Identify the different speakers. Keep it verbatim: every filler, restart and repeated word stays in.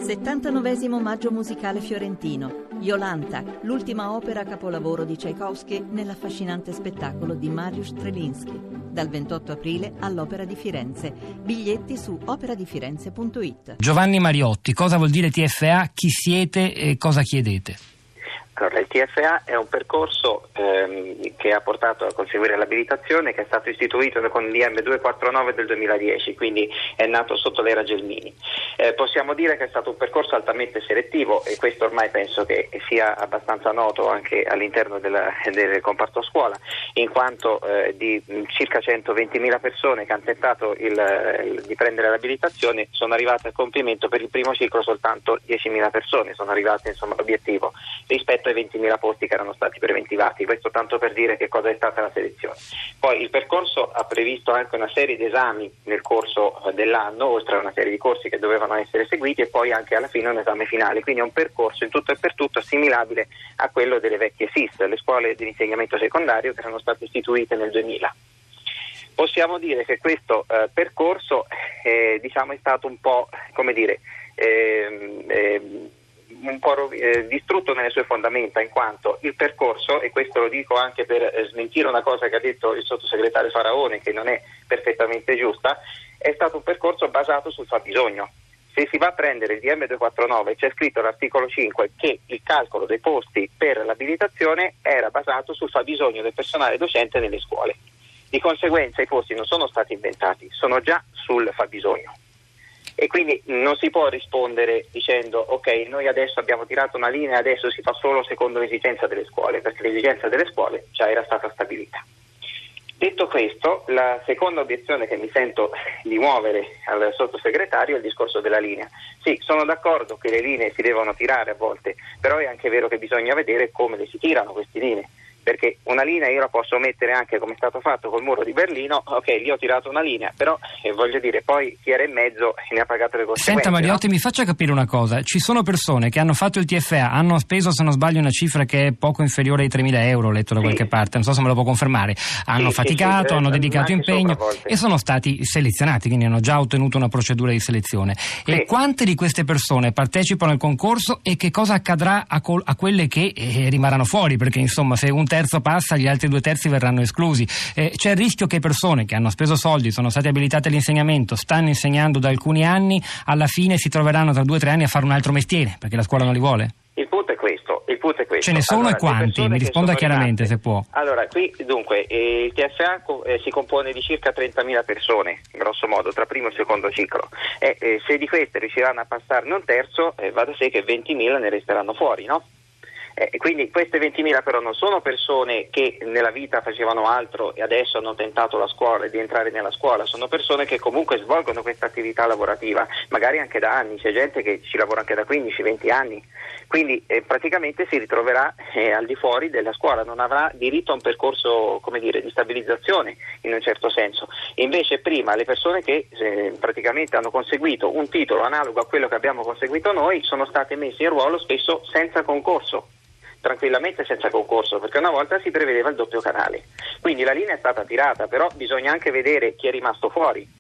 Speaker 1: settantanovesimo Maggio musicale fiorentino. Iolanta, l'ultima opera capolavoro di Tchaikovsky nell'affascinante spettacolo di Mariusz Strelinski. Dal ventotto aprile all'Opera di Firenze. Biglietti su opera di firenze punto it.
Speaker 2: Giovanni Mariotti, cosa vuol dire T F A? Chi siete e cosa chiedete?
Speaker 3: Allora, il T F A è un percorso ehm, che ha portato a conseguire l'abilitazione, che è stato istituito con l'I M duecentoquarantanove del duemiladieci, quindi è nato sotto l'era Gelmini. Eh, possiamo dire che è stato un percorso altamente selettivo, e questo ormai penso che sia abbastanza noto anche all'interno della, del comparto scuola, in quanto eh, di circa centoventimila persone che hanno tentato il, il, di prendere l'abilitazione sono arrivate a compimento per il primo ciclo soltanto diecimila persone, sono arrivate insomma all'obiettivo rispetto ai ventimila posti che erano stati preventivati. Questo tanto per dire che cosa è stata la selezione. Poi il percorso ha previsto anche una serie di esami nel corso dell'anno, oltre a una serie di corsi che dovevano essere seguiti, e poi anche alla fine un esame finale, quindi è un percorso in tutto e per tutto assimilabile a quello delle vecchie S I S, le scuole di insegnamento secondario, che erano state istituite nel duemila. Possiamo dire che questo eh, percorso eh, diciamo è stato un po', come dire, eh, eh, un po' eh, distrutto nelle sue fondamenta, in quanto il percorso, e questo lo dico anche per eh, smentire una cosa che ha detto il sottosegretario Faraone, che non è perfettamente giusta, è stato un percorso basato sul fabbisogno. Se si va a prendere il D M duecentoquarantanove, c'è scritto all'articolo cinque che il calcolo dei posti per l'abilitazione era basato sul fabbisogno del personale docente nelle scuole. Di conseguenza i posti non sono stati inventati, sono già sul fabbisogno. E quindi non si può rispondere dicendo ok, noi adesso abbiamo tirato una linea e adesso si fa solo secondo l'esigenza delle scuole, perché l'esigenza delle scuole già era stata stabilita. Detto questo, la seconda obiezione che mi sento di muovere al sottosegretario è il discorso della linea. Sì, sono d'accordo che le linee si devono tirare a volte, però è anche vero che bisogna vedere come le si tirano queste linee. Perché una linea io la posso mettere anche come è stato fatto col muro di Berlino, ok, lì ho tirato una linea, però eh, voglio dire, poi chi era in mezzo ne ha pagato le conseguenze.
Speaker 2: Senta Mariotti,
Speaker 3: no?
Speaker 2: Mi faccia capire una cosa, ci sono persone che hanno fatto il T F A, hanno speso, se non sbaglio, una cifra che è poco inferiore ai tremila euro, letto da sì. qualche parte, non so se me lo può confermare, hanno
Speaker 3: sì,
Speaker 2: faticato,
Speaker 3: sì, sì,
Speaker 2: hanno
Speaker 3: eh,
Speaker 2: dedicato impegno e sono stati selezionati, quindi hanno già ottenuto una procedura di selezione. Sì. E quante di queste persone partecipano al concorso e che cosa accadrà a, col- a quelle che eh, rimarranno fuori? Perché insomma, se un terzo passa, gli altri altri due terzi verranno esclusi. Eh, c'è il rischio che persone che hanno speso soldi, sono state abilitate all'insegnamento, stanno insegnando da alcuni anni, alla fine si troveranno tra due o tre anni a fare un altro mestiere perché la scuola non li vuole?
Speaker 3: Il punto è questo, il punto è questo.
Speaker 2: Ce ne sono
Speaker 3: allora,
Speaker 2: e quanti? Mi risponda chiaramente
Speaker 3: rimasti.
Speaker 2: Se può.
Speaker 3: Allora, qui dunque eh, il T F A eh, si compone di circa trentamila persone, grosso modo, tra primo e secondo ciclo. E eh, se di queste riusciranno a passarne un terzo, eh, va da sé che ventimila ne resteranno fuori, no? Eh, quindi queste ventimila però non sono persone che nella vita facevano altro e adesso hanno tentato la scuola e di entrare nella scuola, sono persone che comunque svolgono questa attività lavorativa, magari anche da anni, c'è gente che ci lavora anche da quindici venti anni, quindi eh, praticamente si ritroverà eh, al di fuori della scuola, non avrà diritto a un percorso, come dire, di stabilizzazione in un certo senso. Invece prima le persone che eh, praticamente hanno conseguito un titolo analogo a quello che abbiamo conseguito noi sono state messe in ruolo spesso senza concorso. Tranquillamente senza concorso, perché una volta si prevedeva il doppio canale. Quindi la linea è stata tirata, però bisogna anche vedere chi è rimasto fuori.